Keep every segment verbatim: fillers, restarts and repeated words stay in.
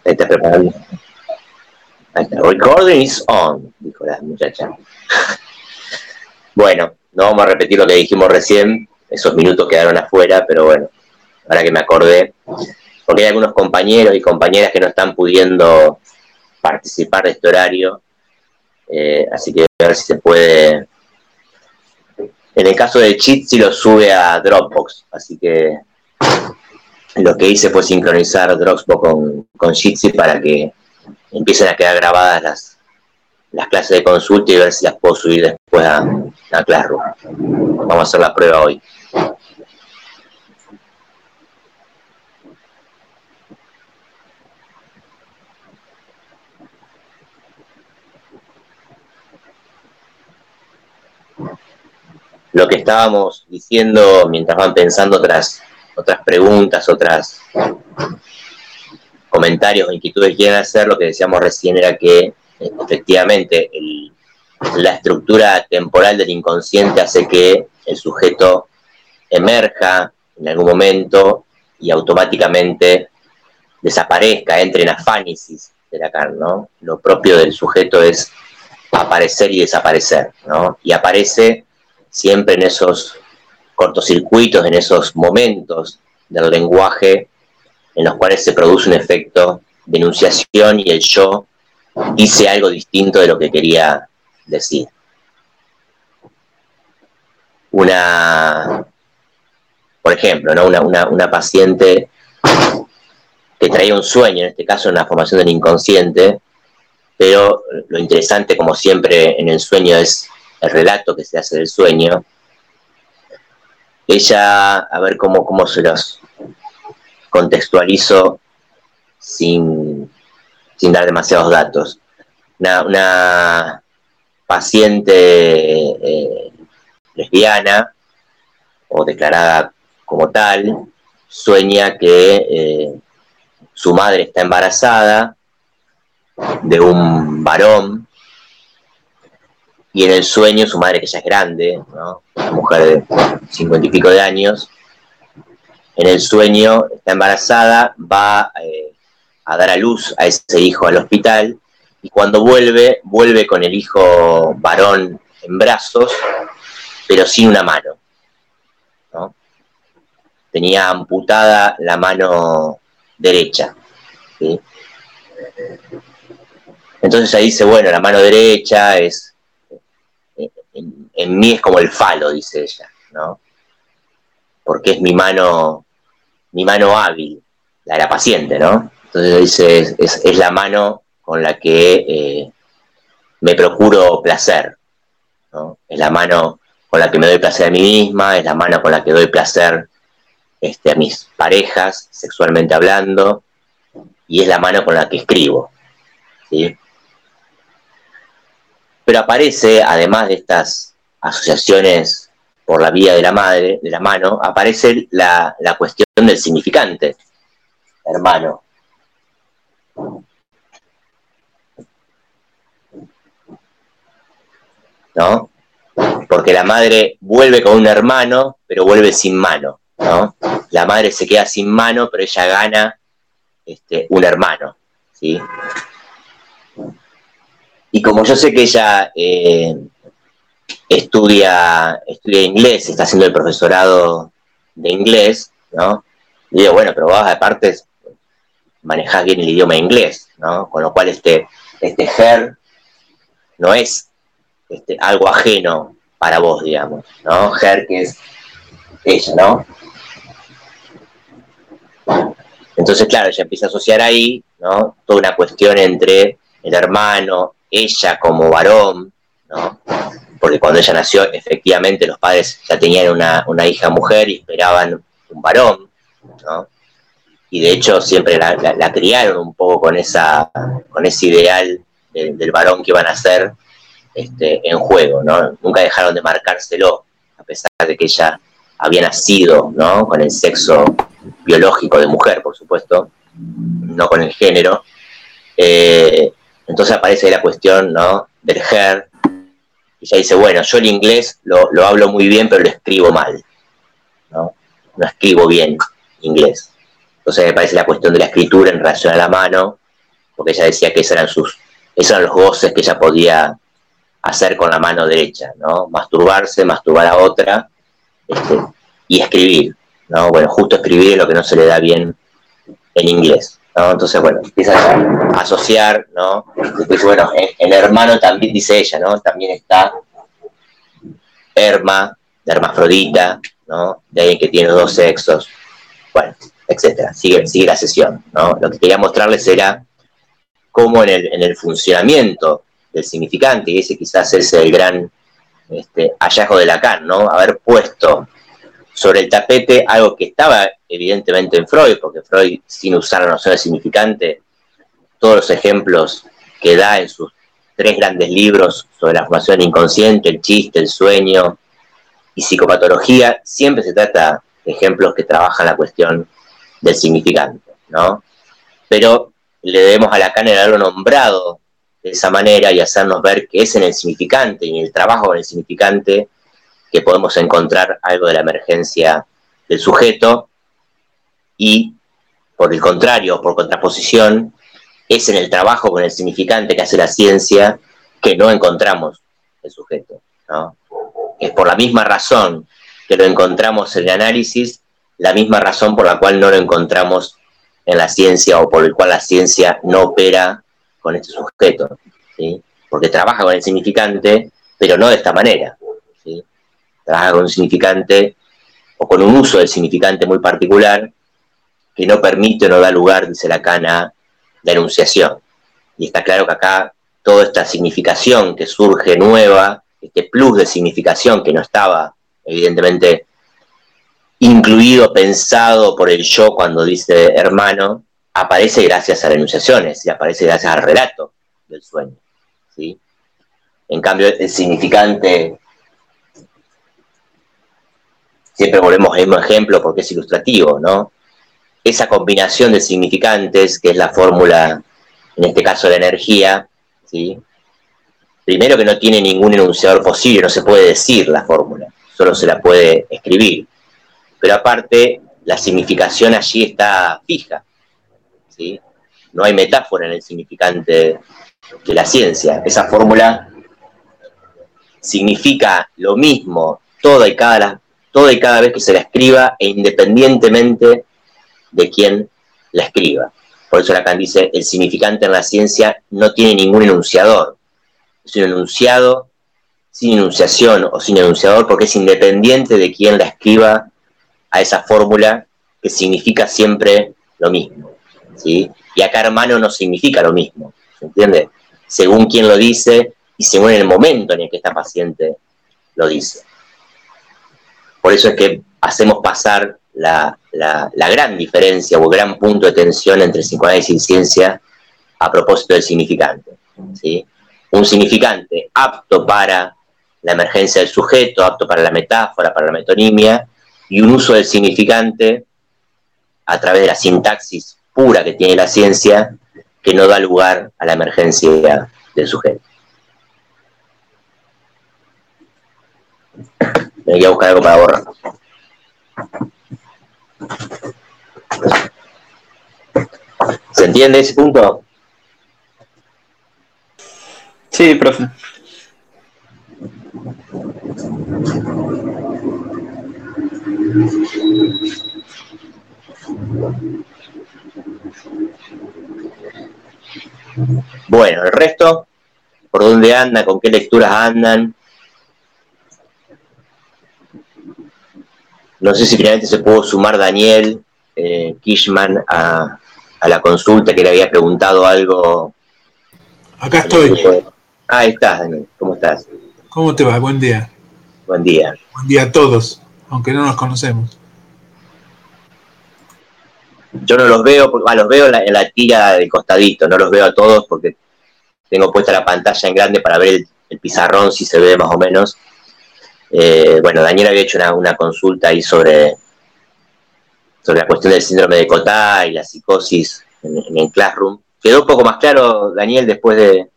Ahí está preparando. Ahí está. Recording is on, dijo la muchacha. Bueno, no vamos a repetir lo que dijimos recién, esos minutos quedaron afuera, pero bueno, ahora que me acordé, porque hay algunos compañeros y compañeras que no están pudiendo participar de este horario, eh, así que a ver si se puede. En el caso de Jitsi lo sube a Dropbox, así que lo que hice fue sincronizar Dropbox con, con Jitsi para que empiecen a quedar grabadas las, las clases de consulta y ver si las puedo subir después a, a Classroom. Vamos a hacer la prueba hoy. Lo que estábamos diciendo mientras van pensando otras, otras preguntas, otras comentarios o inquietudes que quieran hacer, lo que decíamos recién era que efectivamente el, la estructura temporal del inconsciente hace que el sujeto emerja en algún momento y automáticamente desaparezca, entre en afánesis de Lacan, ¿no? Lo propio del sujeto es aparecer y desaparecer, ¿no? Y aparece siempre en esos cortocircuitos, en esos momentos del lenguaje en los cuales se produce un efecto de enunciación y el yo dice algo distinto de lo que quería decir. Una, por ejemplo, ¿no? una, una, una paciente que traía un sueño, en este caso una formación del inconsciente, pero lo interesante, como siempre en el sueño, es el relato que se hace del sueño. Ella, a ver cómo, cómo se los contextualizo sin, sin dar demasiados datos. Una, una paciente eh, lesbiana o declarada como tal, sueña que eh, su madre está embarazada de un varón y en el sueño su madre, que ya es grande, ¿no? Una mujer de cincuenta y pico de años, en el sueño está embarazada, va eh, a dar a luz a ese hijo al hospital y cuando vuelve, vuelve con el hijo varón en brazos, pero sin una mano, ¿no? Tenía amputada la mano derecha, ¿sí? Entonces ella dice, bueno, la mano derecha es, en, en mí es como el falo, dice ella, ¿no? Porque es mi mano, mi mano hábil, la de la paciente, ¿no? Entonces dice, es, es, es la mano con la que eh, me procuro placer, ¿no? Es la mano con la que me doy placer a mí misma, es la mano con la que doy placer este, a mis parejas, sexualmente hablando, y es la mano con la que escribo, ¿sí? Pero aparece, además de estas asociaciones por la vía de la madre, de la mano, aparece la, la cuestión del significante, hermano. ¿No? Porque la madre vuelve con un hermano, pero vuelve sin mano, ¿no? La madre se queda sin mano, pero ella gana este, un hermano, ¿sí? Y como yo sé que ella eh, estudia, estudia inglés, está haciendo el profesorado de inglés, ¿no? Y digo, bueno, pero vos aparte manejás bien el idioma inglés, ¿no? Con lo cual este, este her no es este, algo ajeno para vos, digamos, ¿no? Her, que es ella, ¿no? Entonces, claro, ella empieza a asociar ahí, ¿no? Toda una cuestión entre el hermano, ella como varón, ¿no? Porque cuando ella nació, efectivamente, los padres ya tenían una, una hija mujer y esperaban un varón, ¿no? Y de hecho siempre la, la, la criaron un poco con esa con ese ideal de, del varón que iban a ser este, en juego, ¿no? Nunca dejaron de marcárselo, a pesar de que ella había nacido, ¿no? Con el sexo biológico de mujer, por supuesto, no con el género. Eh, entonces aparece ahí la cuestión, ¿no? Del her, y ella dice, bueno, yo el inglés lo, lo hablo muy bien, pero lo escribo mal, ¿no? No escribo bien inglés. Entonces me parece la cuestión de la escritura en relación a la mano porque ella decía que esos eran, sus, esos eran los goces que ella podía hacer con la mano derecha, ¿no? Masturbarse, masturbar a otra, este, y escribir, ¿no? Bueno, justo escribir es lo que no se le da bien en inglés, ¿no? Entonces, bueno, empieza a asociar, ¿no? Después, bueno, en, en hermano también, dice ella, ¿no? También está Herma, de hermafrodita, ¿no? De alguien que tiene dos sexos, bueno, etcétera. Sigue, sigue la sesión, ¿no? Lo que quería mostrarles era cómo en el, en el funcionamiento del significante, y ese quizás es el gran este, hallazgo de Lacan, ¿no? Haber puesto sobre el tapete algo que estaba evidentemente en Freud, porque Freud, sin usar la noción de significante, todos los ejemplos que da en sus tres grandes libros sobre la formación del inconsciente, el chiste, el sueño y psicopatología, siempre se trata de ejemplos que trabajan la cuestión del significante, ¿no? Pero le debemos a Lacan el haberlo nombrado de esa manera y hacernos ver que es en el significante y en el trabajo con el significante que podemos encontrar algo de la emergencia del sujeto, y por el contrario, por contraposición, es en el trabajo con el significante que hace la ciencia que no encontramos el sujeto, ¿no? Es por la misma razón que lo encontramos en el análisis, la misma razón por la cual no lo encontramos en la ciencia, o por el cual la ciencia no opera con este sujeto, ¿sí? Porque trabaja con el significante, pero no de esta manera, ¿sí? Trabaja con un significante o con un uso del significante muy particular que no permite o no da lugar, dice Lacan, a la enunciación. Y está claro que acá toda esta significación que surge nueva, este plus de significación que no estaba evidentemente incluido, pensado por el yo cuando dice hermano, aparece gracias a las enunciaciones y aparece gracias al relato del sueño, ¿sí? En cambio, el significante, siempre volvemos al mismo ejemplo porque es ilustrativo, ¿no? Esa combinación de significantes, que es la fórmula, en este caso de la energía, ¿sí? Primero que no tiene ningún enunciador posible, no se puede decir la fórmula, solo se la puede escribir. Pero aparte, la significación allí está fija, ¿sí? No hay metáfora en el significante de la ciencia. Esa fórmula significa lo mismo toda y cada, toda y cada vez que se la escriba, e independientemente de quién la escriba. Por eso Lacan dice, el significante en la ciencia no tiene ningún enunciador. Es un enunciado sin enunciación o sin enunciador, porque es independiente de quién la escriba a esa fórmula, que significa siempre lo mismo, ¿sí? Y acá hermano no significa lo mismo, ¿se entiende? Según quién lo dice y según el momento en el que esta paciente lo dice. Por eso es que hacemos pasar la, la, la gran diferencia o el gran punto de tensión entre psicoanálisis y ciencia a propósito del significante, ¿sí? Un significante apto para la emergencia del sujeto, apto para la metáfora, para la metonimia, y un uso del significante a través de la sintaxis pura que tiene la ciencia, que no da lugar a la emergencia del sujeto. Tengo que ir a buscar algo para borrar. ¿Se entiende ese punto? Sí, profe. Bueno, el resto, ¿por dónde andan? ¿Con qué lecturas andan? No sé si finalmente se pudo sumar Daniel eh, Kishman a, a la consulta, que le había preguntado algo. Acá estoy. Ah, ahí estás, Daniel. ¿Cómo estás? ¿Cómo te va? Buen día. Buen día. Buen día a todos, aunque no nos conocemos. Yo no los veo, porque, bueno, los veo en la, en la tira del costadito, no los veo a todos porque tengo puesta la pantalla en grande para ver el, el pizarrón, si se ve más o menos. Eh, bueno, Daniel había hecho una, una consulta ahí sobre, sobre la cuestión del síndrome de Cotard y la psicosis en, en el Classroom. ¿Quedó un poco más claro, Daniel, después de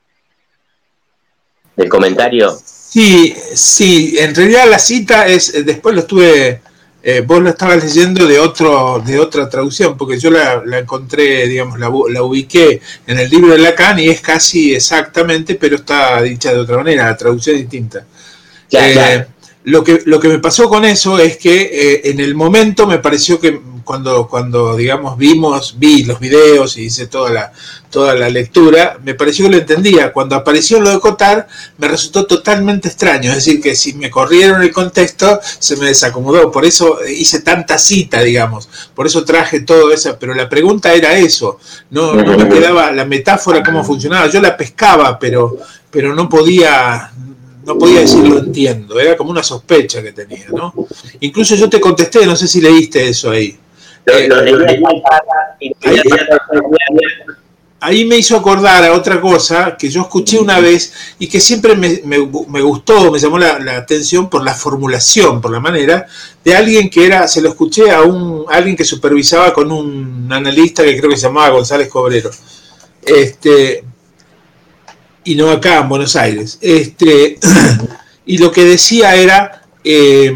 del comentario? Sí, sí, en realidad la cita es, después lo estuve Eh, vos lo estabas leyendo de otro de otra traducción, porque yo la, la encontré, digamos, la, la ubiqué en el libro de Lacan y es casi exactamente, pero está dicha de otra manera, la traducción es distinta. Ya, eh, ya. Lo que, lo que me pasó con eso es que eh, en el momento me pareció que cuando, cuando digamos, vimos, vi los videos y hice toda la, toda la lectura, me pareció que lo entendía. Cuando apareció lo de Cotard, me resultó totalmente extraño. Es decir, que si me corrieron el contexto, se me desacomodó. Por eso hice tanta cita, digamos. Por eso traje todo eso. Pero la pregunta era eso. No, no me quedaba la metáfora cómo funcionaba. Yo la pescaba, pero, pero no podía... No podía decir lo entiendo, era como una sospecha que tenía, ¿no? Incluso yo te contesté, no sé si leíste eso ahí. Lo, Eh, lo leí ahí, ahí me hizo acordar a otra cosa que yo escuché una vez y que siempre me, me, me gustó, me llamó la, la atención por la formulación, por la manera, de alguien que era, se lo escuché a un a alguien que supervisaba con un analista que creo que se llamaba González Cobrero. Este... y no acá en Buenos Aires. Este, y lo que decía era eh,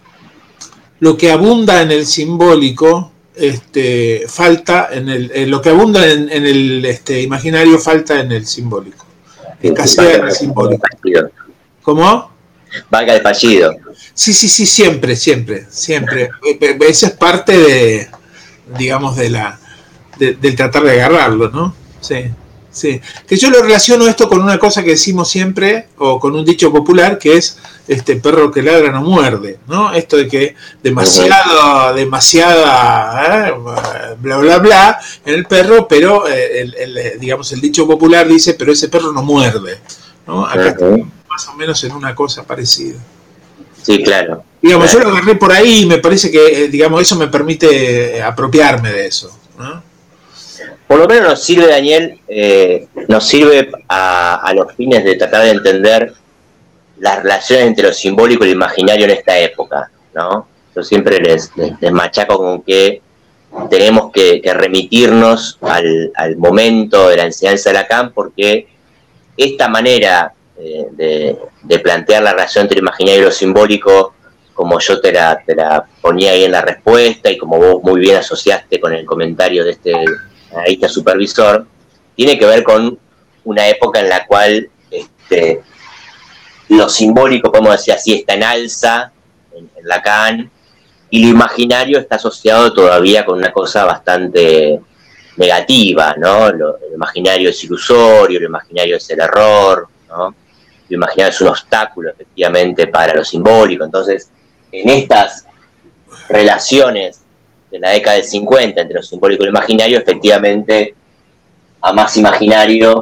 lo que abunda en el simbólico, este, falta en el, eh, lo que abunda en, en el este, imaginario falta en el simbólico. Escasea en el simbólico. ¿Cómo? Valga el fallido. Sí, sí, sí, siempre, siempre, siempre. Esa es parte de, digamos, de la, de, del tratar de agarrarlo, ¿no? Sí. Sí, que yo lo relaciono esto con una cosa que decimos siempre, o con un dicho popular, que es este perro que ladra no muerde, ¿no? Esto de que demasiado, demasiada, ¿eh? bla, bla, bla, en el perro, pero eh, el, el, digamos, el dicho popular dice, pero ese perro no muerde, ¿no? Acá estamos más o menos en una cosa parecida. Sí, claro. Digamos, claro. Yo lo agarré por ahí y me parece que, digamos, eso me permite apropiarme de eso, ¿no? Por lo menos nos sirve, Daniel, eh, nos sirve a, a los fines de tratar de entender las relaciones entre lo simbólico y lo imaginario en esta época, ¿no? Yo siempre les, les, les machaco con que tenemos que, que remitirnos al, al momento de la enseñanza de Lacan, porque esta manera eh, de, de plantear la relación entre lo imaginario y lo simbólico, como yo te la, te la ponía ahí en la respuesta y como vos muy bien asociaste con el comentario de este analista supervisor, tiene que ver con una época en la cual este, lo simbólico, podemos decir así, está en alza en, en Lacan, y lo imaginario está asociado todavía con una cosa bastante negativa, ¿no? Lo, lo imaginario es ilusorio, lo imaginario es el error, ¿no? Lo imaginario es un obstáculo, efectivamente, para lo simbólico. Entonces, en estas relaciones de la década del cincuenta entre lo simbólico y lo imaginario, efectivamente, a más imaginario,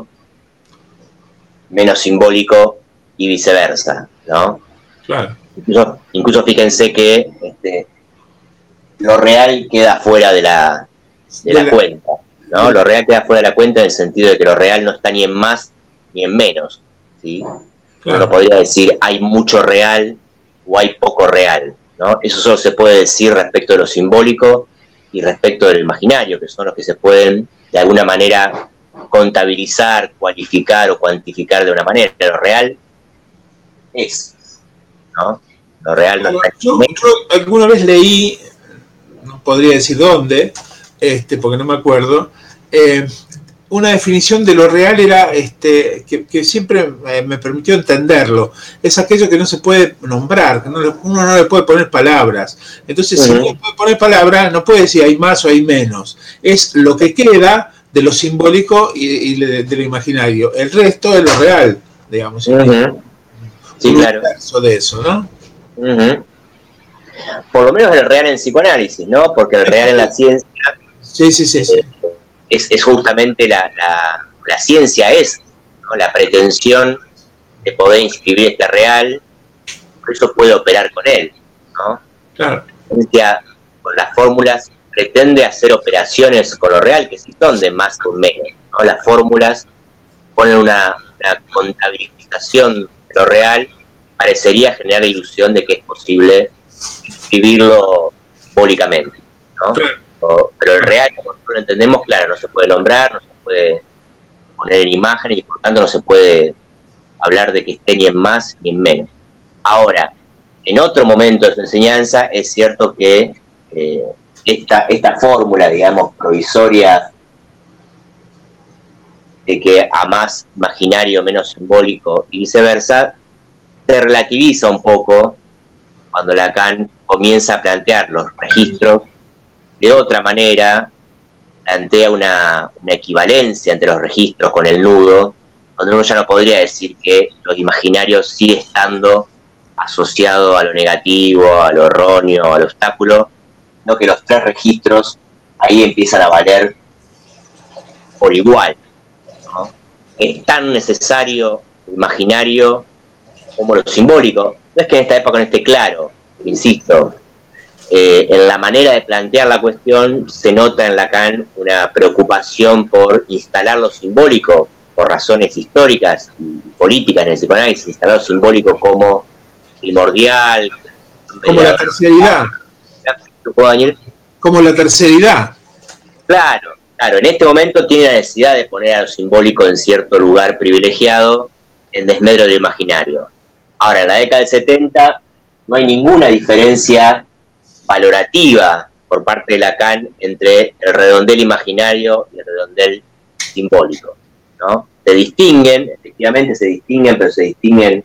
menos simbólico y viceversa, ¿no? Claro. Incluso, incluso fíjense que este, lo real queda fuera de la, de la, de la cuenta, ¿no? Lo real queda fuera de la cuenta en el sentido de que lo real no está ni en más ni en menos, ¿sí? Claro. Uno podría decir hay mucho real o hay poco real, ¿no? Eso solo se puede decir respecto de lo simbólico y respecto del imaginario, que son los que se pueden de alguna manera contabilizar, cualificar o cuantificar de una manera. Lo real es, ¿no? Lo real no está. Yo, yo alguna vez leí, no podría decir dónde, este, porque no me acuerdo, eh, una definición de lo real era este, que, que siempre me permitió entenderlo. Es aquello que no se puede nombrar, que no le, uno no le puede poner palabras. Entonces, uh-huh. si no le puede poner palabras, no puede decir hay más o hay menos. Es lo que queda de lo simbólico y, y de, de lo imaginario. El resto es lo real, digamos. Uh-huh. Sí, un claro. universo de eso, ¿no? Uh-huh. Por lo menos el real en psicoanálisis, ¿no? Porque el real en la ciencia sí, sí, sí, sí. Es, es justamente la, la, la ciencia es, ¿no? La pretensión de poder inscribir este real, por eso puede operar con él, ¿no? Claro. La ciencia con las fórmulas pretende hacer operaciones con lo real que sí son de más o menos, ¿no? Las fórmulas ponen una, una contabilización de lo real, parecería generar la ilusión de que es posible inscribirlo simbólicamente, ¿no? Claro. O, pero el real, como nosotros lo entendemos, claro, no se puede nombrar, no se puede poner en imágenes y por tanto no se puede hablar de que esté ni en más ni en menos. Ahora, en otro momento de su enseñanza, es cierto que eh, esta, esta fórmula, digamos, provisoria de que a más imaginario, menos simbólico y viceversa, se relativiza un poco cuando Lacan comienza a plantear los registros de otra manera, plantea una, una equivalencia entre los registros con el nudo, donde uno ya no podría decir que lo imaginario sigue estando asociado a lo negativo, a lo erróneo, al obstáculo, sino que los tres registros ahí empiezan a valer por igual, ¿no? Es tan necesario lo imaginario como lo simbólico. No es que en esta época no esté claro, insisto, eh, en la manera de plantear la cuestión se nota en Lacan una preocupación por instalar lo simbólico, por razones históricas y políticas en el psicoanálisis, instalar lo simbólico como primordial. Como la terceridad. ¿Puedo, Daniel? Como la terceridad. Claro, claro. En este momento tiene la necesidad de poner a lo simbólico en cierto lugar privilegiado en desmedro del imaginario. Ahora, en la década del setenta no hay ninguna diferencia valorativa por parte de Lacan entre el redondel imaginario y el redondel simbólico, ¿no? Se distinguen, efectivamente se distinguen, pero se distinguen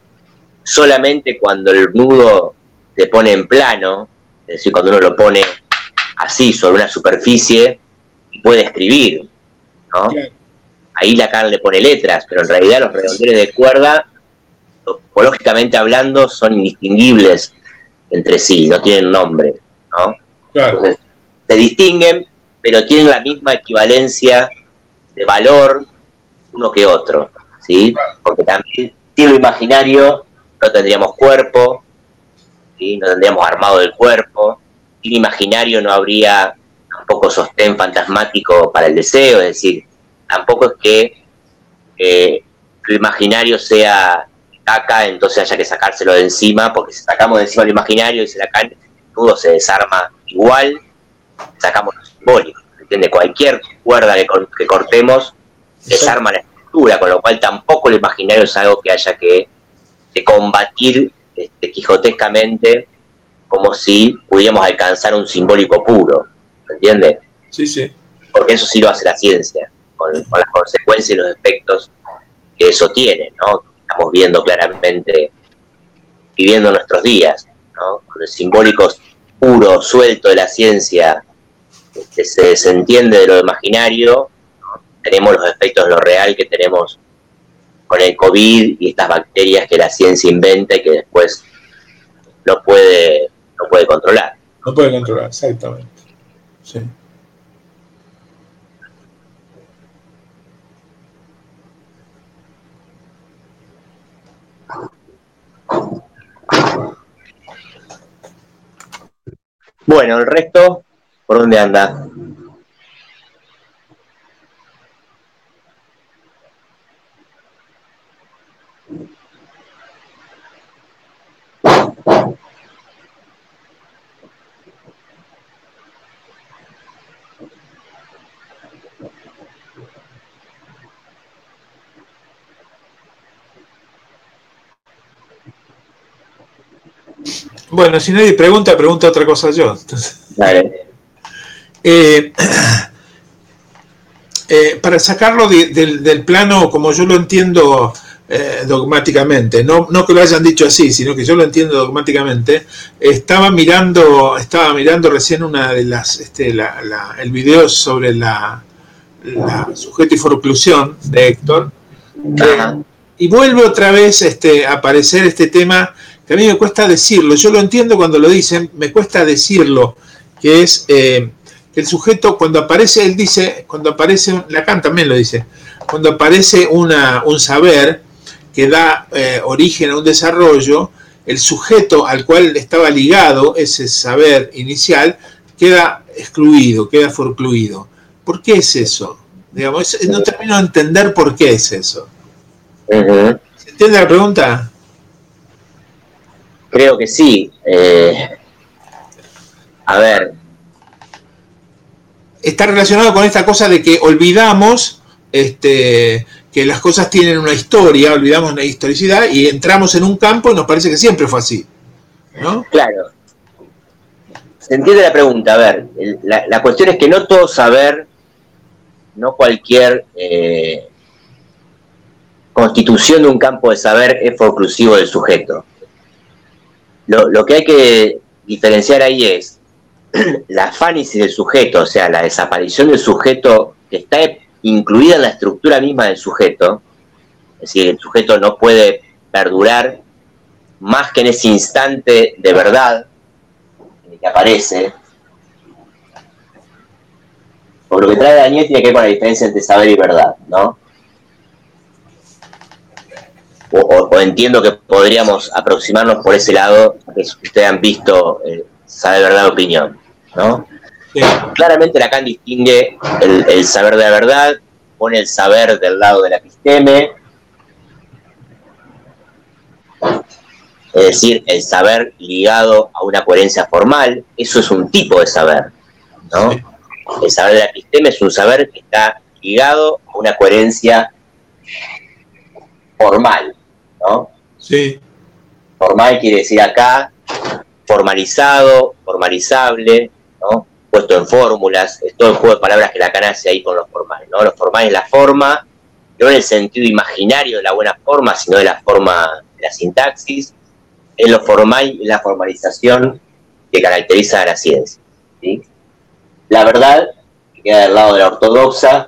solamente cuando el nudo se pone en plano, es decir, cuando uno lo pone así sobre una superficie y puede escribir, ¿no? Ahí Lacan le pone letras, pero en realidad los redondeles de cuerda, topológicamente hablando, son indistinguibles entre sí, no tienen nombre, ¿no? Claro. Entonces, se distinguen, pero tienen la misma equivalencia de valor uno que otro, ¿sí? Porque también, sin lo imaginario, no tendríamos cuerpo, ¿sí? No tendríamos armado del cuerpo, sin imaginario no habría tampoco sostén fantasmático para el deseo, es decir, tampoco es que eh, lo imaginario sea caca, entonces haya que sacárselo de encima, porque si sacamos de encima lo imaginario, dice Lacan, el nudo se desarma igual, sacamos lo simbólico, ¿entiende? Cualquier cuerda que, que cortemos desarma la estructura, con lo cual tampoco lo imaginario es algo que haya que, que combatir este, quijotescamente, como si pudiéramos alcanzar un simbólico puro, ¿entiende? Sí, sí. Porque eso sí lo hace la ciencia, con, con las consecuencias y los efectos que eso tiene, ¿no? Estamos viendo claramente, viviendo nuestros días, ¿no? Con el simbólico puro, suelto de la ciencia, este, se desentiende de lo imaginario, ¿no? Tenemos los efectos de lo real que tenemos con el COVID y estas bacterias que la ciencia inventa y que después no puede, no puede controlar. No puede controlar, exactamente. Sí. Bueno, el resto, ¿por dónde anda? Bueno, si nadie pregunta, pregunta otra cosa yo. Entonces, Vale. eh, eh, para sacarlo de, de, del plano como yo lo entiendo eh, dogmáticamente, no, no que lo hayan dicho así, sino que yo lo entiendo dogmáticamente, estaba mirando, estaba mirando recién una de las, este, la, la, el video sobre la, la sujeto y forclusión de Héctor, eh, y vuelve otra vez este, a aparecer este tema que a mí me cuesta decirlo, yo lo entiendo cuando lo dicen, me cuesta decirlo, que es eh, que el sujeto cuando aparece, él dice, cuando aparece, Lacan también lo dice, cuando aparece una, un saber que da eh, origen a un desarrollo, el sujeto al cual estaba ligado ese saber inicial queda excluido, queda forcluido. ¿Por qué es eso? Digamos, es, no termino de entender por qué es eso. Uh-huh. ¿Se entiende la pregunta? Creo que sí. Eh, a ver. Está relacionado con esta cosa de que olvidamos este, que las cosas tienen una historia, olvidamos la historicidad y entramos en un campo y nos parece que siempre fue así. ¿no? Claro. Se entiende la pregunta. A ver, la, la cuestión es que no todo saber, no cualquier eh, constitución de un campo de saber es forclusivo del sujeto. Lo, lo que hay que diferenciar ahí es la afánisis del sujeto, o sea, la desaparición del sujeto que está incluida en la estructura misma del sujeto. Es decir, el sujeto no puede perdurar más que en ese instante de verdad en el que aparece. Por lo que trae Daniel tiene que ver con la diferencia entre saber y verdad, ¿no? O, o, o entiendo que podríamos aproximarnos por ese lado, que ustedes han visto eh, saber, verdad, opinión, ¿no? Sí. Claramente Lacan distingue el, el saber de la verdad, pone el saber del lado de la episteme, es decir, el saber ligado a una coherencia formal. Eso es un tipo de saber, ¿no? Sí. El saber de la episteme es un saber que está ligado a una coherencia formal, ¿no? Sí. Formal quiere decir acá formalizado, formalizable, ¿no? Puesto en fórmulas, es todo el juego de palabras que Lacan hace ahí con los formales, ¿no? Los formales es la forma, no en el sentido imaginario de la buena forma, sino de la forma de la sintaxis. Es lo formal y la formalización que caracteriza a la ciencia, ¿sí? La verdad, que queda del lado de la ortodoxa,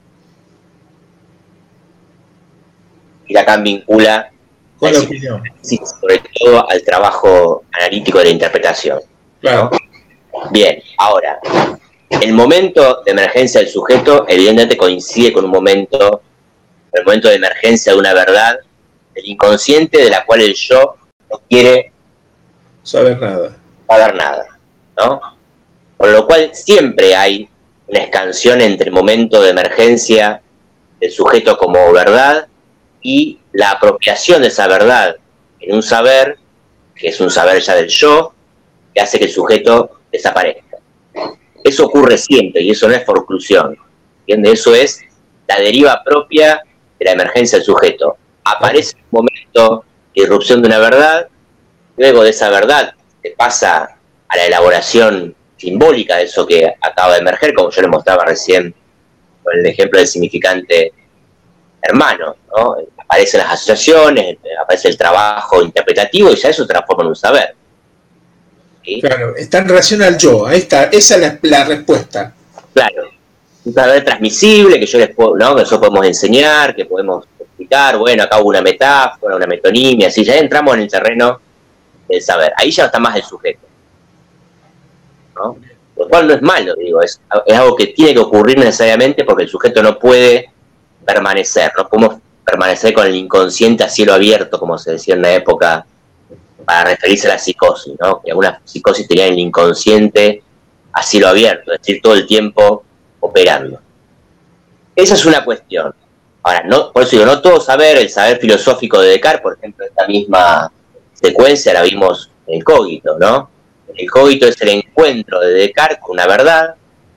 y Lacan vincula con la opinión, sobre todo al trabajo analítico de la interpretación, claro, ¿no? Bien, ahora, el momento de emergencia del sujeto evidentemente coincide con un momento, el momento de emergencia de una verdad, del inconsciente, de la cual el yo no quiere saber nada, saber nada, ¿no? Por lo cual siempre hay una escansión entre el momento de emergencia del sujeto como verdad y la apropiación de esa verdad en un saber, que es un saber ya del yo, que hace que el sujeto desaparezca. Eso ocurre siempre y eso no es forclusión, ¿entiendes? Eso es la deriva propia de la emergencia del sujeto. Aparece un momento de irrupción de una verdad, luego de esa verdad se pasa a la elaboración simbólica de eso que acaba de emerger, como yo les mostraba recién con el ejemplo del significante hermano, ¿no? Aparecen las asociaciones, aparece el trabajo interpretativo y ya eso se transforma en un saber. ¿Sí? Claro, está en relación al yo, ahí está, esa es la, la respuesta. Claro, un saber transmisible que yo les puedo, ¿no? Que nosotros podemos enseñar, que podemos explicar, bueno, acá hubo una metáfora, una metonimia, así ya entramos en el terreno del saber. Ahí ya no está más el sujeto, ¿no? Lo cual no es malo, digo, es, es algo que tiene que ocurrir necesariamente porque el sujeto no puede permanecer, no podemos permanecer con el inconsciente a cielo abierto, como se decía en la época, para referirse a la psicosis, ¿no? Que algunas psicosis tenían el inconsciente a cielo abierto, es decir, todo el tiempo operando. Esa es una cuestión. Ahora, no, por eso digo, no todo saber, el saber filosófico de Descartes, por ejemplo, esta misma secuencia la vimos en el cogito, ¿no? El cogito es el encuentro de Descartes con una verdad,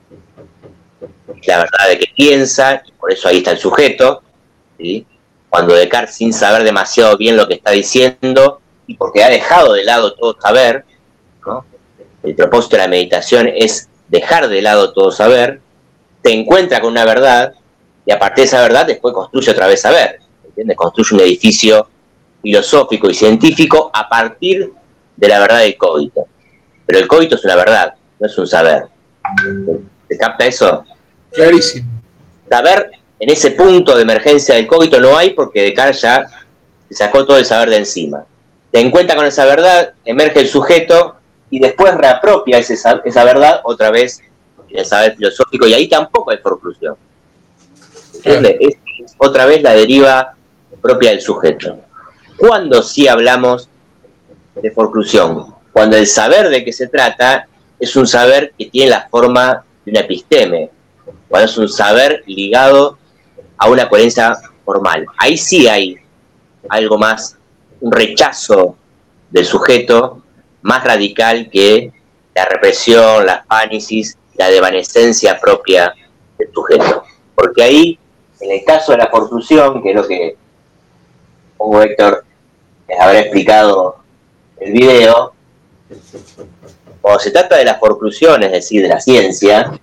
la verdad de que piensa, y por eso ahí está el sujeto, ¿sí? Cuando Descartes, sin saber demasiado bien lo que está diciendo, y porque ha dejado de lado todo saber, ¿no? El propósito de la meditación es dejar de lado todo saber, se encuentra con una verdad, y a partir de esa verdad después construye otra vez saber, ¿entiendes? Construye un edificio filosófico y científico a partir de la verdad del cogito. Pero el cogito es una verdad, no es un saber. ¿Se capta eso? Clarísimo. Saber, en ese punto de emergencia del cogito no hay porque Descartes ya se sacó todo el saber de encima. Se encuentra con esa verdad, emerge el sujeto y después reapropia ese, esa verdad otra vez en el saber filosófico y ahí tampoco hay forclusión. ¿Entiendes? Claro. Es otra vez la deriva propia del sujeto. ¿Cuándo sí hablamos de forclusión? Cuando el saber de qué se trata es un saber que tiene la forma de una episteme, cuando es un saber ligado a una coherencia formal. Ahí sí hay algo más, un rechazo del sujeto más radical que la represión, la afánisis, la desvanecencia propia del sujeto. Porque ahí, en el caso de la forclusión, que es lo que Hugo Héctor les habrá explicado el video, Cuando se trata de la forclusión, es decir, de la ciencia,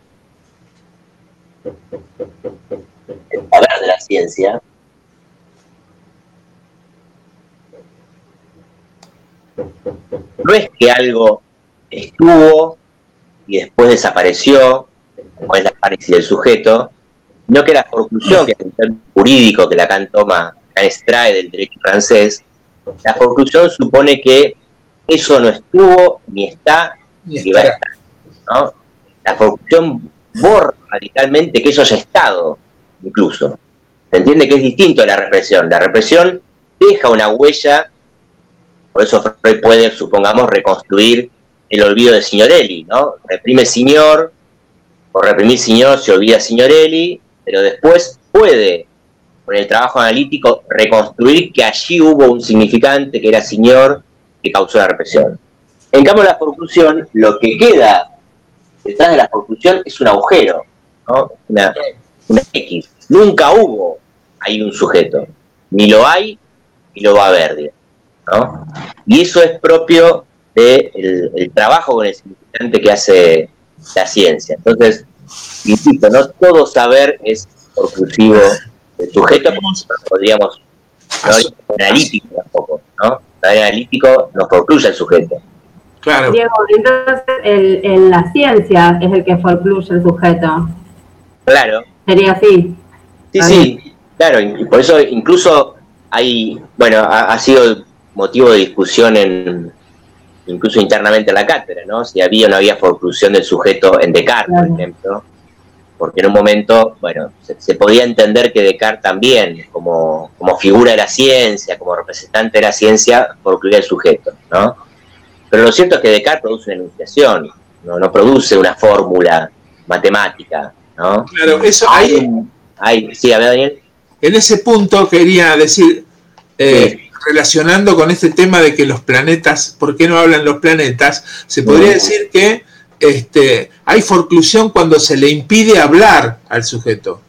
el saber de la ciencia, no es que algo estuvo y después desapareció, como es la aparición del sujeto, sino que la forclusión, que es el término jurídico que Lacan toma, Lacan extrae del derecho francés, la forclusión supone que eso no estuvo, ni está, ni va a estar, ¿no? La forclusión borra radicalmente que eso haya estado, incluso. Se entiende que es distinto a la represión. La represión deja una huella, por eso Freud puede, supongamos, reconstruir el olvido de Signorelli, ¿no? Reprime Signor, por reprimir Signor se olvida Signorelli, pero después puede, con el trabajo analítico, reconstruir que allí hubo un significante que era Signor, que causó la represión. En cambio, la forclusión, lo que queda detrás de la forclusión es un agujero, ¿no? Una, una X. Nunca hubo ahí un sujeto. Ni lo hay, ni lo va a haber, digamos, ¿no? Y eso es propio del de el trabajo con el significante que hace la ciencia. Entonces, insisto, no todo saber es forclusivo del sujeto, como podríamos, no es analítico tampoco, ¿no? El analítico nos forcluye el sujeto. Claro. Diego, entonces el, el, la ciencia es el que forcluye el sujeto. Claro. Sería así. Sí, sí, claro, y por eso incluso hay, bueno, ha, ha sido motivo de discusión en, incluso internamente en la cátedra, ¿no? Si había o no había forclusión del sujeto en Descartes, claro, por ejemplo, porque en un momento, bueno, se, se podía entender que Descartes también, como, como figura de la ciencia, como representante de la ciencia, forcluía el sujeto, ¿no? Pero lo cierto es que Descartes produce una enunciación, no, no produce una fórmula matemática, ¿no? Claro, eso hay, hay, hay sí, a ver, Daniel. En ese punto quería decir, eh, sí, relacionando con este tema de que los planetas, ¿por qué no hablan los planetas? Se podría no. decir que este, hay forclusión cuando se le impide hablar al sujeto.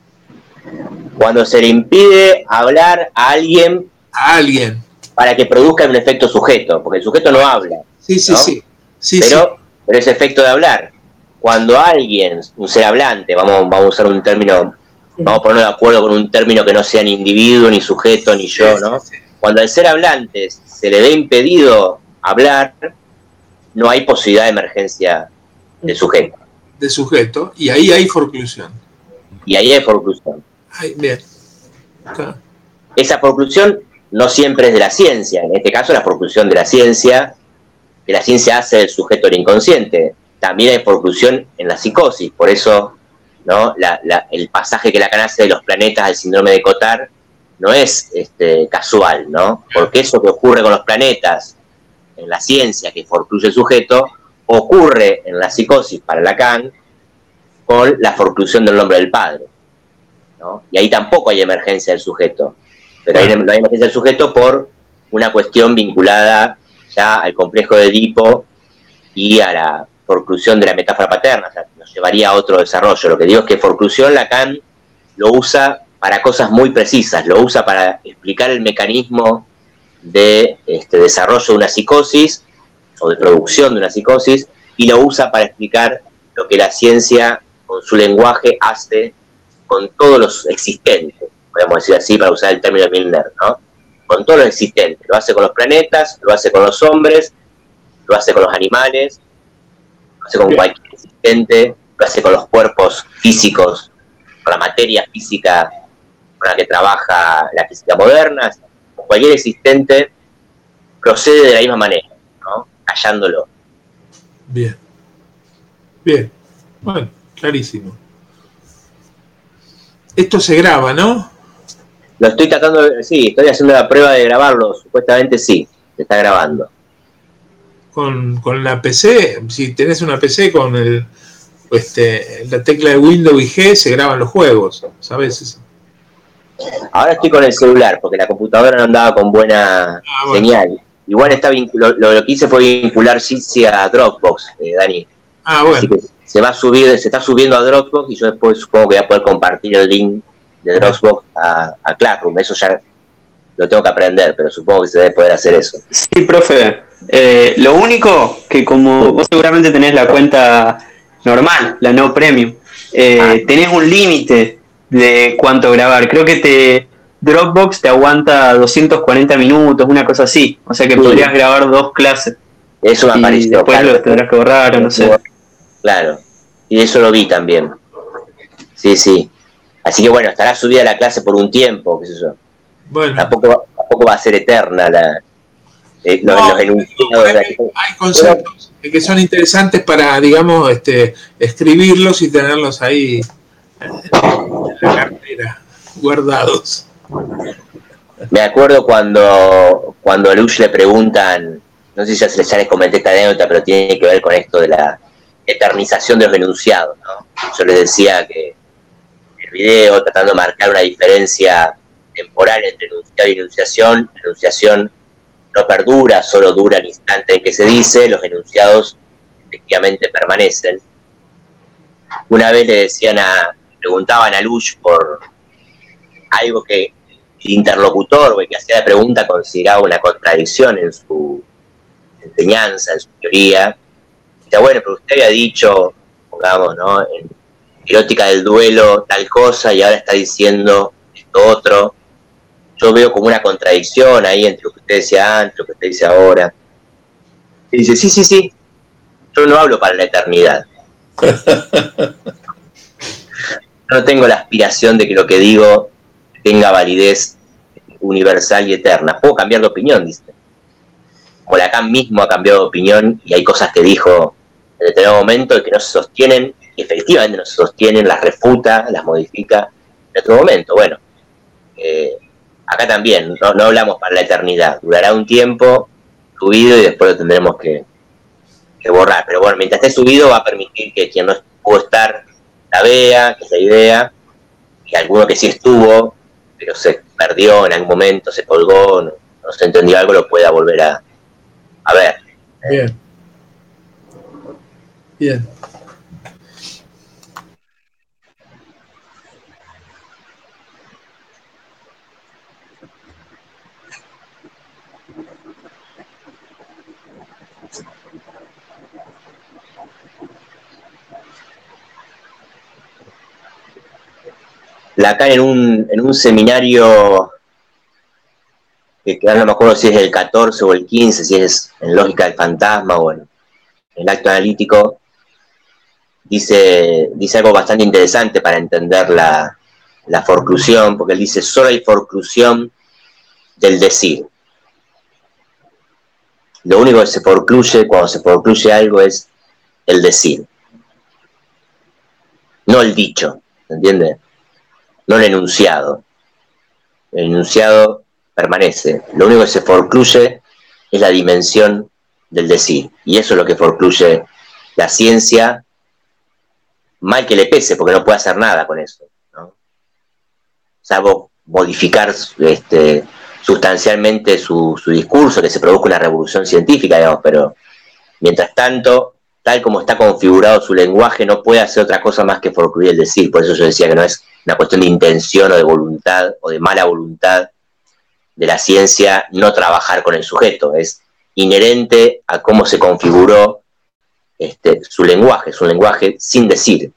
Cuando se le impide hablar a alguien, a alguien, para que produzca un efecto sujeto, porque el sujeto no habla. Sí, sí, ¿no? sí. sí, pero, sí. pero ese efecto de hablar. Cuando alguien, un ser hablante, vamos, vamos a usar un término, sí. vamos a ponernos de acuerdo con un término que no sea ni individuo, ni sujeto, ni yo, sí, ¿no? Sí, sí. Cuando al ser hablante se le ve impedido hablar, no hay posibilidad de emergencia de sujeto. De sujeto, y ahí hay forclusión. Y ahí hay forclusión. Ay, bien. Claro. Esa forclusión no siempre es de la ciencia, en este caso la forclusión de la ciencia, que la ciencia hace del sujeto el inconsciente. También hay forclusión en la psicosis, por eso, ¿no? la, la, el pasaje que Lacan hace de los planetas del síndrome de Cotard no es este, casual, ¿no? Porque eso que ocurre con los planetas en la ciencia, que forcluye el sujeto, ocurre en la psicosis para Lacan con la forclusión del nombre del padre, ¿no? Y ahí tampoco hay emergencia del sujeto, pero hay, no hay emergencia del sujeto por una cuestión vinculada ya al complejo de Edipo y a la forclusión de la metáfora paterna, o sea, nos llevaría a otro desarrollo. Lo que digo es que forclusión Lacan lo usa para cosas muy precisas, lo usa para explicar el mecanismo de este, desarrollo de una psicosis o de producción de una psicosis, y lo usa para explicar lo que la ciencia con su lenguaje hace con todos los existentes, podemos decir así para usar el término de Milner, ¿no? Con todos los existentes, lo hace con los planetas, lo hace con los hombres, lo hace con los animales, lo hace con cualquier existente, lo hace con los cuerpos físicos, con la materia física con la que trabaja la física moderna, con cualquier existente procede de la misma manera, ¿no? Callándolo. Bien. Bien. Bueno, clarísimo. Esto se graba, ¿no? Lo estoy tratando de... Sí, estoy haciendo la prueba de grabarlo. Supuestamente sí, se está grabando. Con, con la P C, si tenés una P C con el, este, la tecla de Windows y G, se graban los juegos, ¿sabes? Ahora estoy con el celular, porque la computadora no andaba con buena ah, bueno. señal. Igual está lo, lo que hice fue vincular Jitsi a Dropbox, eh, Dani. Ah, bueno. Así que se va a subir, se está subiendo a Dropbox y yo después supongo que voy a poder compartir el link de Dropbox a, a Classroom. Eso ya lo tengo que aprender, pero supongo que se debe poder hacer eso. Sí, profe. Eh, lo único que como vos seguramente tenés la cuenta normal, la no premium, eh, ah. tenés un límite de cuánto grabar. Creo que te Dropbox te aguanta doscientos cuarenta minutos, una cosa así. O sea que sí. podrías grabar dos clases. Eso me apareció. Después claro, lo tendrás que borrar o no sé. Claro. Y eso lo vi también. Sí, sí. Así que bueno, estará subida la clase por un tiempo, qué sé yo. Bueno. Tampoco, tampoco va a ser eterna la... Eh, no, los enunciados hay, hay conceptos pero, que son interesantes para, digamos, este, escribirlos y tenerlos ahí en la cartera, guardados. Me acuerdo cuando, cuando a Lush le preguntan, no sé si ya se les sale comenté esta anécdota, pero tiene que ver con esto de la eternización de los enunciados, ¿no? Yo les decía que el video, tratando de marcar una diferencia temporal entre enunciado y enunciación, la enunciación no perdura, solo dura el instante en que se dice, los enunciados efectivamente permanecen. Una vez le decían a, preguntaban a Lush por algo que el interlocutor o el que hacía la pregunta consideraba una contradicción en su enseñanza, en su teoría. Decía, bueno, pero usted había dicho, pongamos, ¿no?, en erótica del duelo tal cosa y ahora está diciendo esto otro. Yo veo como una contradicción ahí entre lo que usted decía antes, lo que usted dice ahora. Y dice, sí, sí, sí, yo no hablo para la eternidad. No tengo la aspiración de que lo que digo tenga validez universal y eterna. Puedo cambiar de opinión, dice. Como Lacan mismo ha cambiado de opinión y hay cosas que dijo en determinado momento y que no se sostienen, y efectivamente no se sostienen, las refuta, las modifica en otro momento. Bueno, eh, acá también, no, no hablamos para la eternidad, durará un tiempo subido y después lo tendremos que, que borrar, pero bueno, mientras esté subido va a permitir que quien no pudo estar la vea, que es la idea, y alguno que sí estuvo, pero se perdió en algún momento, se colgó, no, no se entendió algo, lo pueda volver a, a ver. Bien. Bien. Lacan en un, en un seminario, que no me acuerdo si es el catorce o el quince, si es en Lógica del Fantasma o en el Acto Analítico, dice, dice algo bastante interesante para entender la, la forclusión, porque él dice, solo hay forclusión del decir. Lo único que se forcluye cuando se forcluye algo es el decir, no el dicho, ¿entiendes? No el enunciado. El enunciado permanece. Lo único que se forcluye es la dimensión del decir. Y eso es lo que forcluye la ciencia, mal que le pese, porque no puede hacer nada con eso, ¿no? Salvo modificar este, sustancialmente su, su discurso, que se produzca una revolución científica, digamos, pero mientras tanto, tal como está configurado su lenguaje, no puede hacer otra cosa más que forcluir el decir. Por eso yo decía que no es una cuestión de intención o de voluntad o de mala voluntad de la ciencia no trabajar con el sujeto, es inherente a cómo se configuró este, su lenguaje, es un lenguaje sin decir.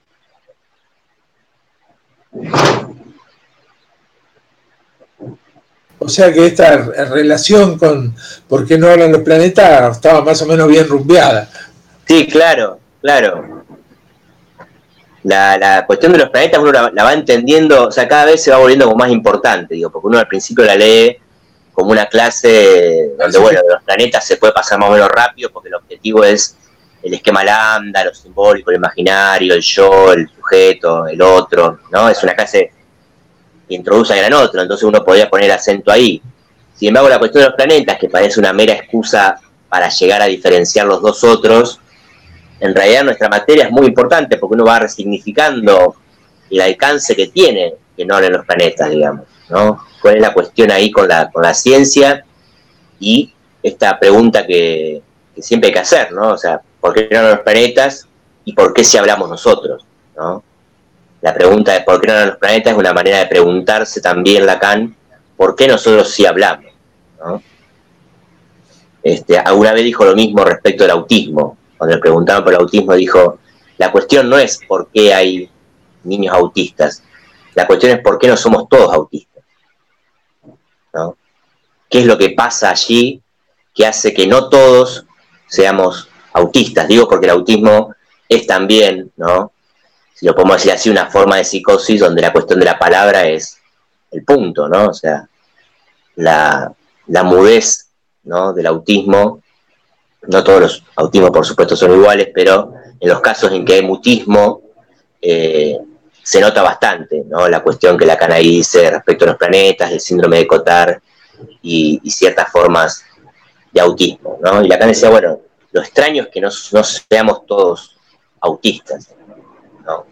O sea que esta relación con por qué no hablan los planetas estaba más o menos bien rumbeada. Sí, claro, claro. La, la cuestión de los planetas uno la, la va entendiendo, o sea, cada vez se va volviendo como más importante, digo, porque uno al principio la lee como una clase donde, bueno, de los planetas se puede pasar más o menos rápido porque el objetivo es el esquema lambda, lo simbólico, lo imaginario, el yo, el sujeto, el otro, ¿no? Es una clase que introduce al gran otro, entonces uno podría poner acento ahí. Sin embargo, la cuestión de los planetas, que parece una mera excusa para llegar a diferenciar los dos otros, en realidad nuestra materia es muy importante porque uno va resignificando el alcance que tiene que no hablen los planetas, digamos, ¿no? ¿Cuál es la cuestión ahí con la, con la ciencia? Y esta pregunta que, que siempre hay que hacer, ¿no? O sea, ¿por qué no hablan los planetas? ¿Y por qué si hablamos nosotros? ¿No? La pregunta de por qué no hablan los planetas es una manera de preguntarse también Lacan ¿por qué nosotros sí hablamos? ¿No? Este, alguna vez dijo lo mismo respecto al autismo. Cuando le preguntaban por el autismo, dijo, la cuestión no es por qué hay niños autistas, la cuestión es por qué no somos todos autistas, ¿no? ¿Qué es lo que pasa allí que hace que no todos seamos autistas? Digo porque el autismo es también, ¿no?, si lo podemos decir así, una forma de psicosis donde la cuestión de la palabra es el punto, ¿no? O sea, la, la mudez, ¿no?, del autismo. No todos los autismos, por supuesto, son iguales, pero en los casos en que hay mutismo, eh, se nota bastante, ¿no?, la cuestión que Lacan ahí dice respecto a los planetas, el síndrome de Cotard y, y ciertas formas de autismo, ¿no? Y Lacan decía, bueno, lo extraño es que no, no seamos todos autistas, ¿no?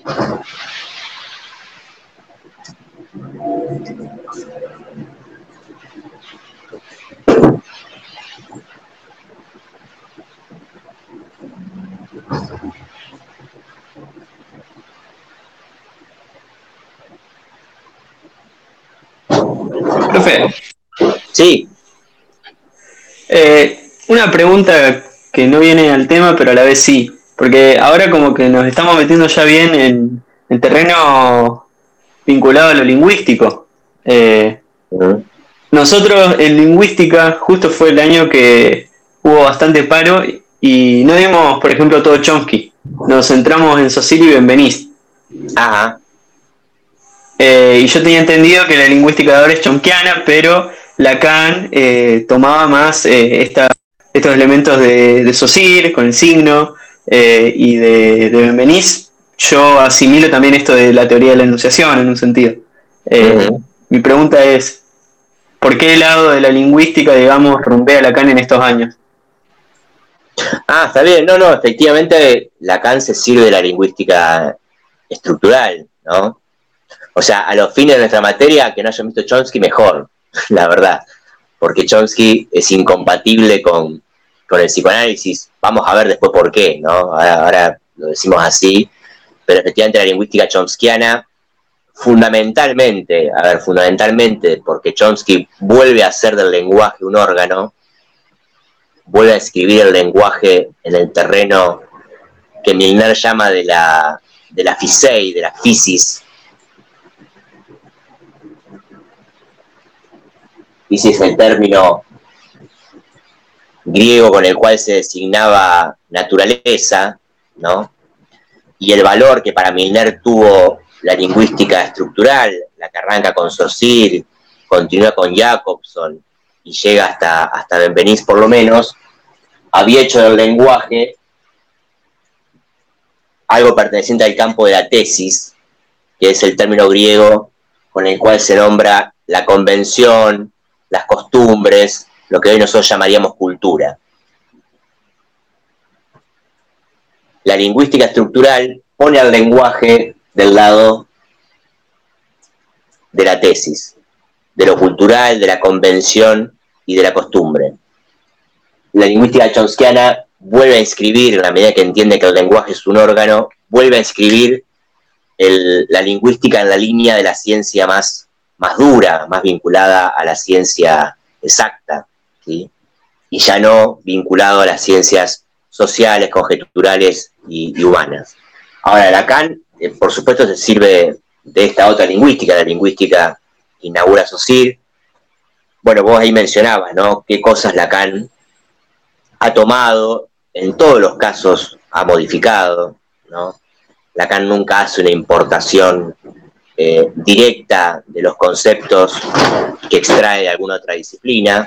Profe. Sí. Eh, una pregunta que no viene al tema, pero a la vez sí. Porque ahora como que nos estamos metiendo ya bien en, en terreno vinculado a lo lingüístico. Eh, Uh-huh. Nosotros en lingüística justo fue el año que hubo bastante paro y no dimos, por ejemplo, todo Chomsky. Nos centramos en Saussure y Benveniste. Ajá. Eh, y yo tenía entendido que la lingüística de ahora es chomskiana, pero Lacan eh, tomaba más eh, esta, estos elementos de, de Saussure con el signo eh, y de, de Benveniste. Yo asimilo también esto de la teoría de la enunciación en un sentido. Eh, Uh-huh. Mi pregunta es, ¿por qué el lado de la lingüística, digamos, rompea a Lacan en estos años? Ah, está bien. No, no, efectivamente Lacan se sirve de la lingüística estructural, ¿no? O sea, a los fines de nuestra materia, que no hayan visto Chomsky, mejor, la verdad. Porque Chomsky es incompatible con, con el psicoanálisis. Vamos a ver después por qué, ¿no? Ahora, ahora lo decimos así. Pero efectivamente la lingüística chomskiana, fundamentalmente, a ver, fundamentalmente, porque Chomsky vuelve a hacer del lenguaje un órgano, vuelve a escribir el lenguaje en el terreno que Milner llama de la, de la phisei, de la physis. Physis es el término griego con el cual se designaba naturaleza, ¿no? Y el valor que para Milner tuvo la lingüística estructural, la que arranca con Saussure, continúa con Jacobson y llega hasta, hasta Benveniste por lo menos, había hecho del lenguaje algo perteneciente al campo de la tesis, que es el término griego con el cual se nombra la convención, las costumbres, lo que hoy nosotros llamaríamos cultura. La lingüística estructural pone al lenguaje del lado de la tesis, de lo cultural, de la convención y de la costumbre. La lingüística chomskiana vuelve a inscribir, en la medida que entiende que el lenguaje es un órgano, vuelve a inscribir el, la lingüística en la línea de la ciencia más, más dura, más vinculada a la ciencia exacta, ¿sí? Y ya no vinculado a las ciencias sociales, conjeturales y, y humanas. Ahora, Lacan, eh, por supuesto, se sirve de esta otra lingüística, la lingüística que inaugura Saussure. Bueno, vos ahí mencionabas, ¿no?, qué cosas Lacan ha tomado, en todos los casos ha modificado, ¿no? Lacan nunca hace una importación eh, directa de los conceptos que extrae de alguna otra disciplina,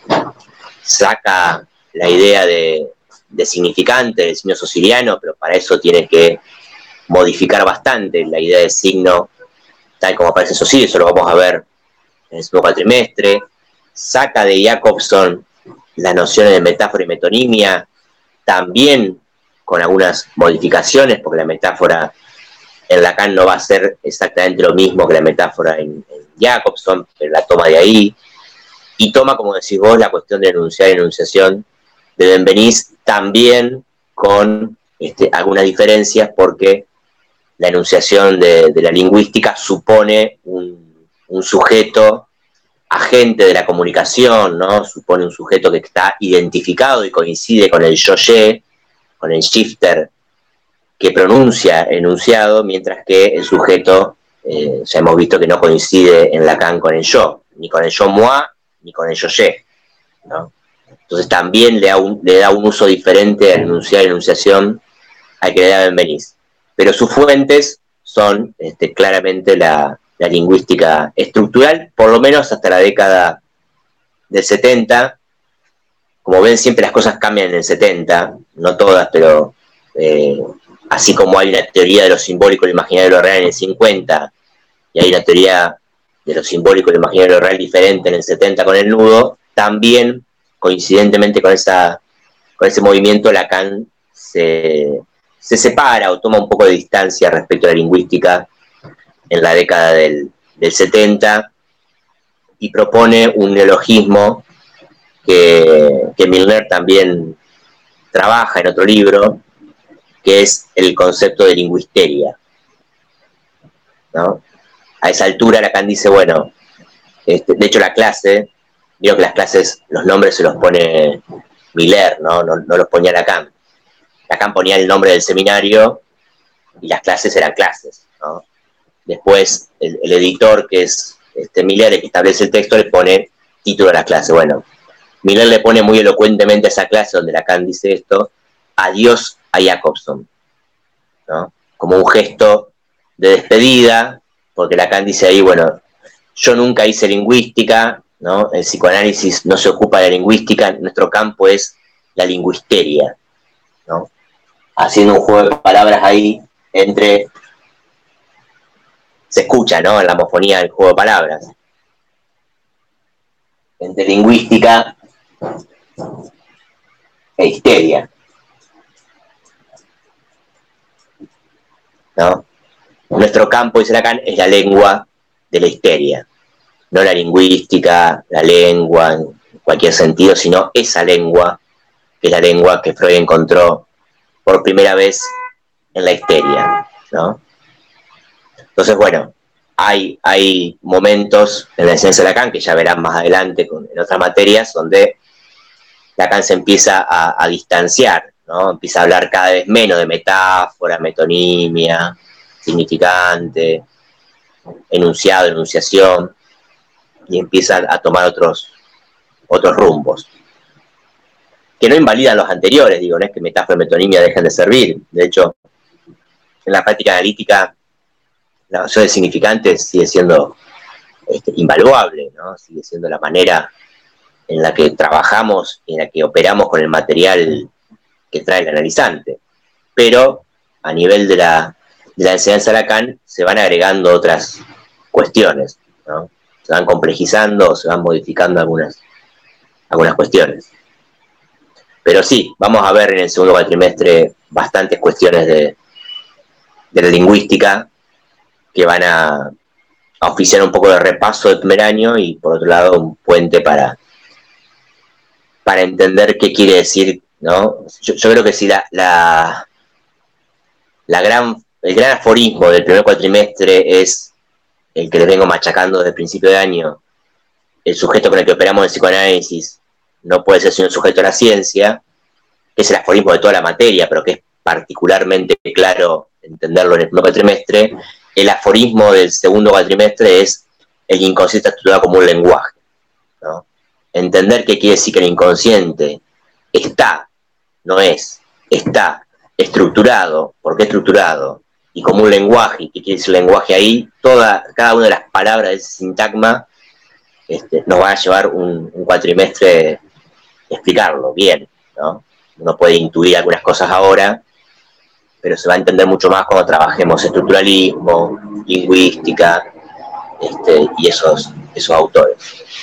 saca la idea de, de significante del signo saussuriano, pero para eso tiene que modificar bastante la idea de signo tal como aparece en Saussure, eso lo vamos a ver en el segundo cuatrimestre. Saca de Jacobson las nociones de metáfora y metonimia, también con algunas modificaciones, porque la metáfora en Lacan no va a ser exactamente lo mismo que la metáfora en, en Jacobson, pero la toma de ahí, y toma, como decís vos, la cuestión de enunciar y enunciación de Benveniste, también con este, algunas diferencias, porque la enunciación de, de la lingüística supone un, un sujeto agente de la comunicación, ¿no? Supone un sujeto que está identificado y coincide con el yo-ye, con el shifter que pronuncia enunciado, mientras que el sujeto, eh, ya hemos visto que no coincide en Lacan con el yo, ni con el yo-moi, ni con el yo-ye, ¿no? Entonces también le da, un, le da un uso diferente al enunciar y enunciación al que le da Benveniste. Pero sus fuentes son este, claramente la, la lingüística estructural, por lo menos hasta la década del setenta. Como ven, siempre las cosas cambian en el setenta, no todas, pero eh, así como hay una teoría de lo simbólico y lo imaginario de lo real en el cincuenta, y hay una teoría de lo simbólico y lo imaginario de lo real diferente en el setenta con el nudo, también, coincidentemente con, esa, con ese movimiento, Lacan se, se separa o toma un poco de distancia respecto a la lingüística en la década del, del setenta y propone un neologismo que, que Milner también trabaja en otro libro, que es el concepto de lingüisteria, ¿no? A esa altura Lacan dice, bueno, este, de hecho la clase, vieron que las clases, los nombres se los pone Miller, ¿no? No, no los ponía Lacan. Lacan ponía el nombre del seminario y las clases eran clases, ¿no? Después el, el editor, que es este, Miller, el que establece el texto, le pone título a la clase. Bueno, Miller le pone muy elocuentemente a esa clase donde Lacan dice esto, adiós a Jacobson, ¿no? Como un gesto de despedida, porque Lacan dice ahí, bueno, yo nunca hice lingüística, ¿no? El psicoanálisis no se ocupa de la lingüística, nuestro campo es la lingüisteria, ¿no? Haciendo un juego de palabras ahí entre, se escucha, ¿no? En la homofonía del juego de palabras, entre lingüística e histeria, ¿no? Nuestro campo, dice Lacan, es la lengua de la histeria, no la lingüística, la lengua en cualquier sentido, sino esa lengua, que es la lengua que Freud encontró por primera vez en la histeria, ¿no? Entonces, bueno, hay, hay momentos en la enseñanza de Lacan, que ya verán más adelante con, en otras materias, donde Lacan se empieza a, a distanciar, ¿no? Empieza a hablar cada vez menos de metáfora, metonimia, significante, enunciado, enunciación, y empieza a tomar otros, otros rumbos, que no invalidan los anteriores, digo, no es que metáfora y metonimia dejen de servir. De hecho, en la práctica analítica, la noción de significante sigue siendo este, invaluable, ¿no? Sigue siendo la manera en la que trabajamos y en la que operamos con el material que trae el analizante. Pero a nivel de la, de la enseñanza de Lacan se van agregando otras cuestiones, ¿no? Se van complejizando, se van modificando algunas, algunas cuestiones. Pero sí, vamos a ver en el segundo cuatrimestre bastantes cuestiones de, de la lingüística que van a, a oficiar un poco de repaso del primer año y por otro lado un puente para, para entender qué quiere decir, ¿no? Yo, yo creo que si la, la, la gran, el gran aforismo del primer cuatrimestre es el que les vengo machacando desde el principio de año, el sujeto con el que operamos el psicoanálisis no puede ser sino un sujeto de la ciencia, que es el aforismo de toda la materia, pero que es particularmente claro entenderlo en el primer cuatrimestre. El aforismo del segundo cuatrimestre es el inconsciente estructurado como un lenguaje, ¿no? Entender qué quiere decir que el inconsciente está, no es, está estructurado, ¿por qué estructurado? Y como un lenguaje, ¿qué quiere decir el lenguaje ahí? Toda, cada una de las palabras de ese sintagma este, nos va a llevar un, un cuatrimestre explicarlo bien, ¿no? Uno puede intuir algunas cosas ahora, pero se va a entender mucho más cuando trabajemos estructuralismo, lingüística, este, y esos, esos autores.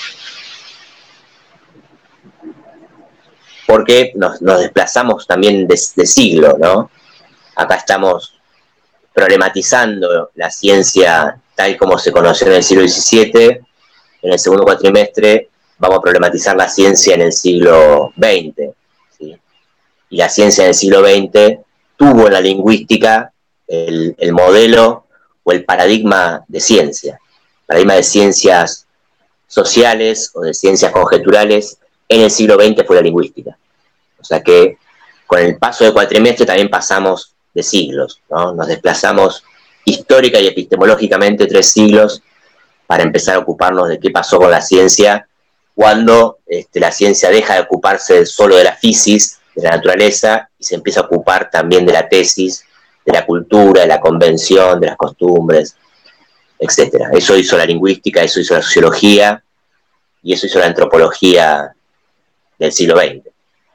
Porque nos, nos desplazamos también de, de siglo, ¿no? Acá estamos problematizando la ciencia tal como se conoció en el siglo diecisiete, en el segundo cuatrimestre vamos a problematizar la ciencia en el siglo veinte, ¿sí? Y la ciencia en el siglo veinte tuvo en la lingüística el, el modelo o el paradigma de ciencia, paradigma de ciencias sociales o de ciencias conjeturales en el siglo veinte fue la lingüística. O sea que con el paso del cuatrimestre también pasamos de siglos, ¿no? Nos desplazamos histórica y epistemológicamente tres siglos para empezar a ocuparnos de qué pasó con la ciencia cuando este, la ciencia deja de ocuparse solo de la fisis, de la naturaleza, y se empieza a ocupar también de la tesis, de la cultura, de la convención, de las costumbres, etcétera. Eso hizo la lingüística, eso hizo la sociología, y eso hizo la antropología del siglo veinte.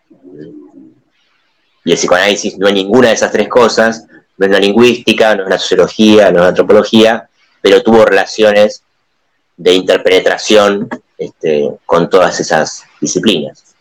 Y el psicoanálisis no es ninguna de esas tres cosas, no es una lingüística, no es una sociología, no es una antropología, pero tuvo relaciones de interpenetración este, con todas esas disciplinas.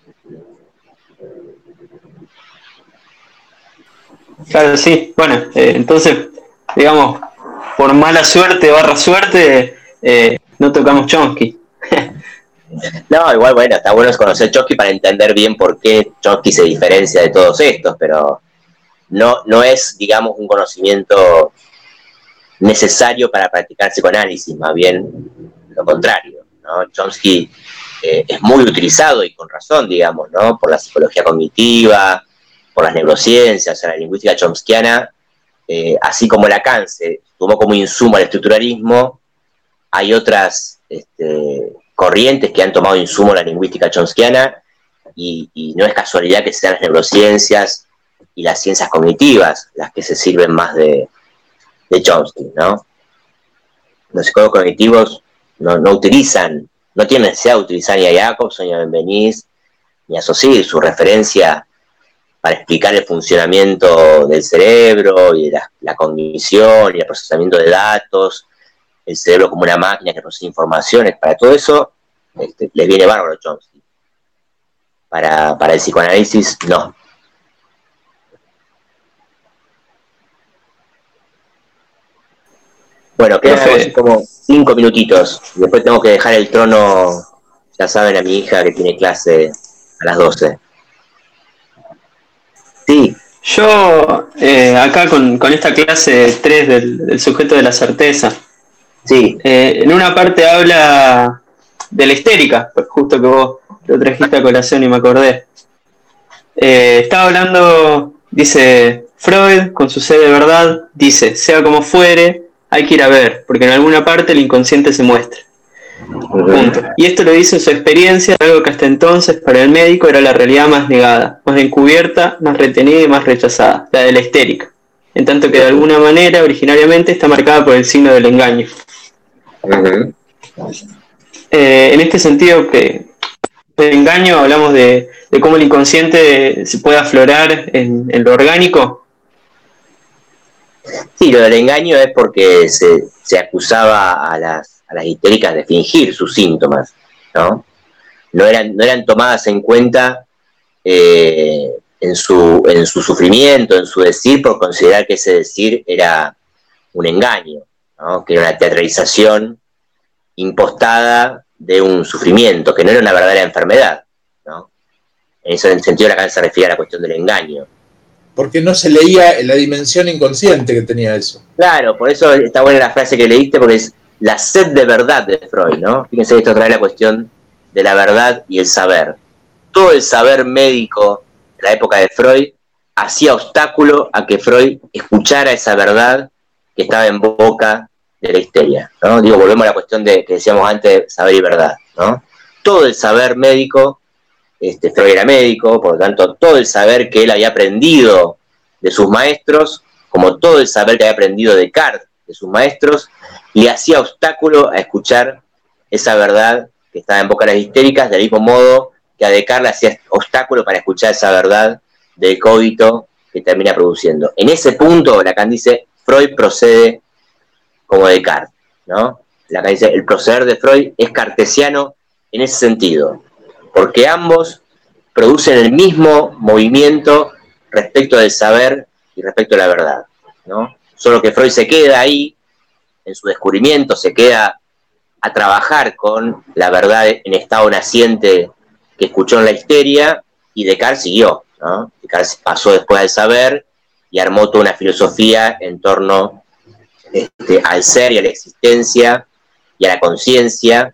Claro, sí. Bueno, eh, entonces, digamos, por mala suerte, barra suerte, eh, no tocamos Chomsky. No, igual, bueno, está bueno conocer Chomsky para entender bien por qué Chomsky se diferencia de todos estos, pero no, no es, digamos, un conocimiento necesario para practicar psicoanálisis, más bien lo contrario, ¿no? Chomsky eh, es muy utilizado, y con razón, digamos, ¿no? Por la psicología cognitiva, por las neurociencias, o sea, la lingüística chomskiana, eh, así como Lacan se tomó como insumo al estructuralismo, hay otras este, corrientes que han tomado insumo la lingüística chomskiana, y, y no es casualidad que sean las neurociencias y las ciencias cognitivas las que se sirven más de, de Chomsky, ¿no? Los psicólogos cognitivos no, no utilizan, no tienen necesidad de utilizar ni a Jacobson, ni a Benveniste, ni a Saussure, su referencia para explicar el funcionamiento del cerebro y la, la cognición y el procesamiento de datos, el cerebro como una máquina que procesa informaciones. Para todo eso este, les viene bárbaro Chomsky. Para, para el psicoanálisis, no. Bueno, quedan como cinco minutitos. Después tengo que dejar el trono, ya saben, a mi hija que tiene clase a las doce. Sí. Yo, eh, acá con, con esta clase tres del, del sujeto de la certeza, sí. eh, en una parte habla de la histérica, justo que vos lo trajiste a colación y me acordé. Eh, estaba hablando, dice, Freud, con su sed de verdad, dice, sea como fuere, hay que ir a ver, porque en alguna parte el inconsciente se muestra. Punto. Y esto lo dice en su experiencia, algo que hasta entonces para el médico era la realidad más negada, más encubierta, más retenida y más rechazada, la de la histérica, en tanto que de alguna manera originariamente está marcada por el signo del engaño. Uh-huh. Eh, en este sentido, que del engaño hablamos de, de cómo el inconsciente se puede aflorar en, en lo orgánico. Sí, lo del engaño es porque se, se acusaba a las, a las histéricas de fingir sus síntomas, ¿no? No eran, no eran tomadas en cuenta eh, en, su, en su sufrimiento, en su decir, por considerar que ese decir era un engaño, ¿no? Que era una teatralización impostada de un sufrimiento, que no era una verdadera enfermedad, ¿no? En ese sentido, Lacan se refiere a la cuestión del engaño. Porque no se leía la dimensión inconsciente que tenía eso. Claro, por eso está buena la frase que leíste, porque es la sed de verdad de Freud, ¿no? Fíjense que esto trae la cuestión de la verdad y el saber. Todo el saber médico de la época de Freud hacía obstáculo a que Freud escuchara esa verdad que estaba en boca de la histeria, ¿no? Digo, volvemos a la cuestión de que decíamos antes, saber y verdad, ¿no? Todo el saber médico, este, Freud era médico, por lo tanto, todo el saber que él había aprendido de sus maestros, como todo el saber que había aprendido Descartes de sus maestros, le hacía obstáculo a escuchar esa verdad que estaba en boca de las histéricas, del mismo modo que a Descartes le hacía obstáculo para escuchar esa verdad del cogito que termina produciendo. En ese punto, Lacan dice, Freud procede como Descartes, ¿no? Lacan dice, el proceder de Freud es cartesiano en ese sentido, porque ambos producen el mismo movimiento respecto del saber y respecto a la verdad, ¿no? Solo que Freud se queda ahí, en su descubrimiento, se queda a trabajar con la verdad en estado naciente que escuchó en la histeria, y Descartes siguió, ¿no? Descartes pasó después al saber y armó toda una filosofía en torno este, al ser y a la existencia y a la conciencia,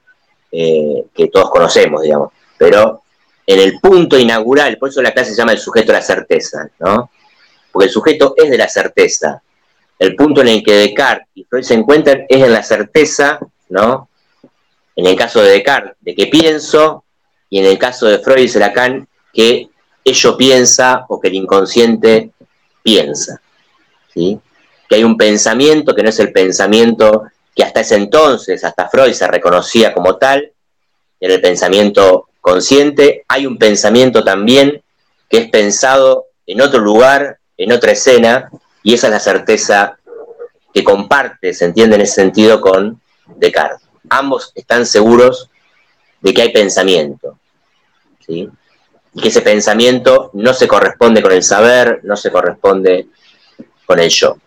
eh, que todos conocemos, digamos. Pero en el punto inaugural, por eso la clase se llama el sujeto de la certeza, ¿no? Porque el sujeto es de la certeza. El punto en el que Descartes y Freud se encuentran es en la certeza, ¿no? En el caso de Descartes, de que pienso, y en el caso de Freud, dice Lacan, que ello piensa o que el inconsciente piensa, ¿sí? Que hay un pensamiento que no es el pensamiento que hasta ese entonces, hasta Freud se reconocía como tal, en el pensamiento consciente. Hay un pensamiento también que es pensado en otro lugar, en otra escena, y esa es la certeza que comparte, se entiende en ese sentido, con Descartes. Ambos están seguros de que hay pensamiento, ¿sí? Y que ese pensamiento no se corresponde con el saber, no se corresponde con el yo.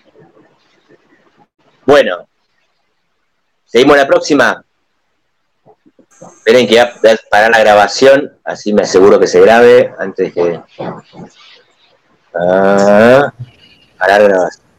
Bueno, seguimos la próxima. Esperen que voy a parar la grabación, así me aseguro que se grabe antes de que... Ah, parar la grabación.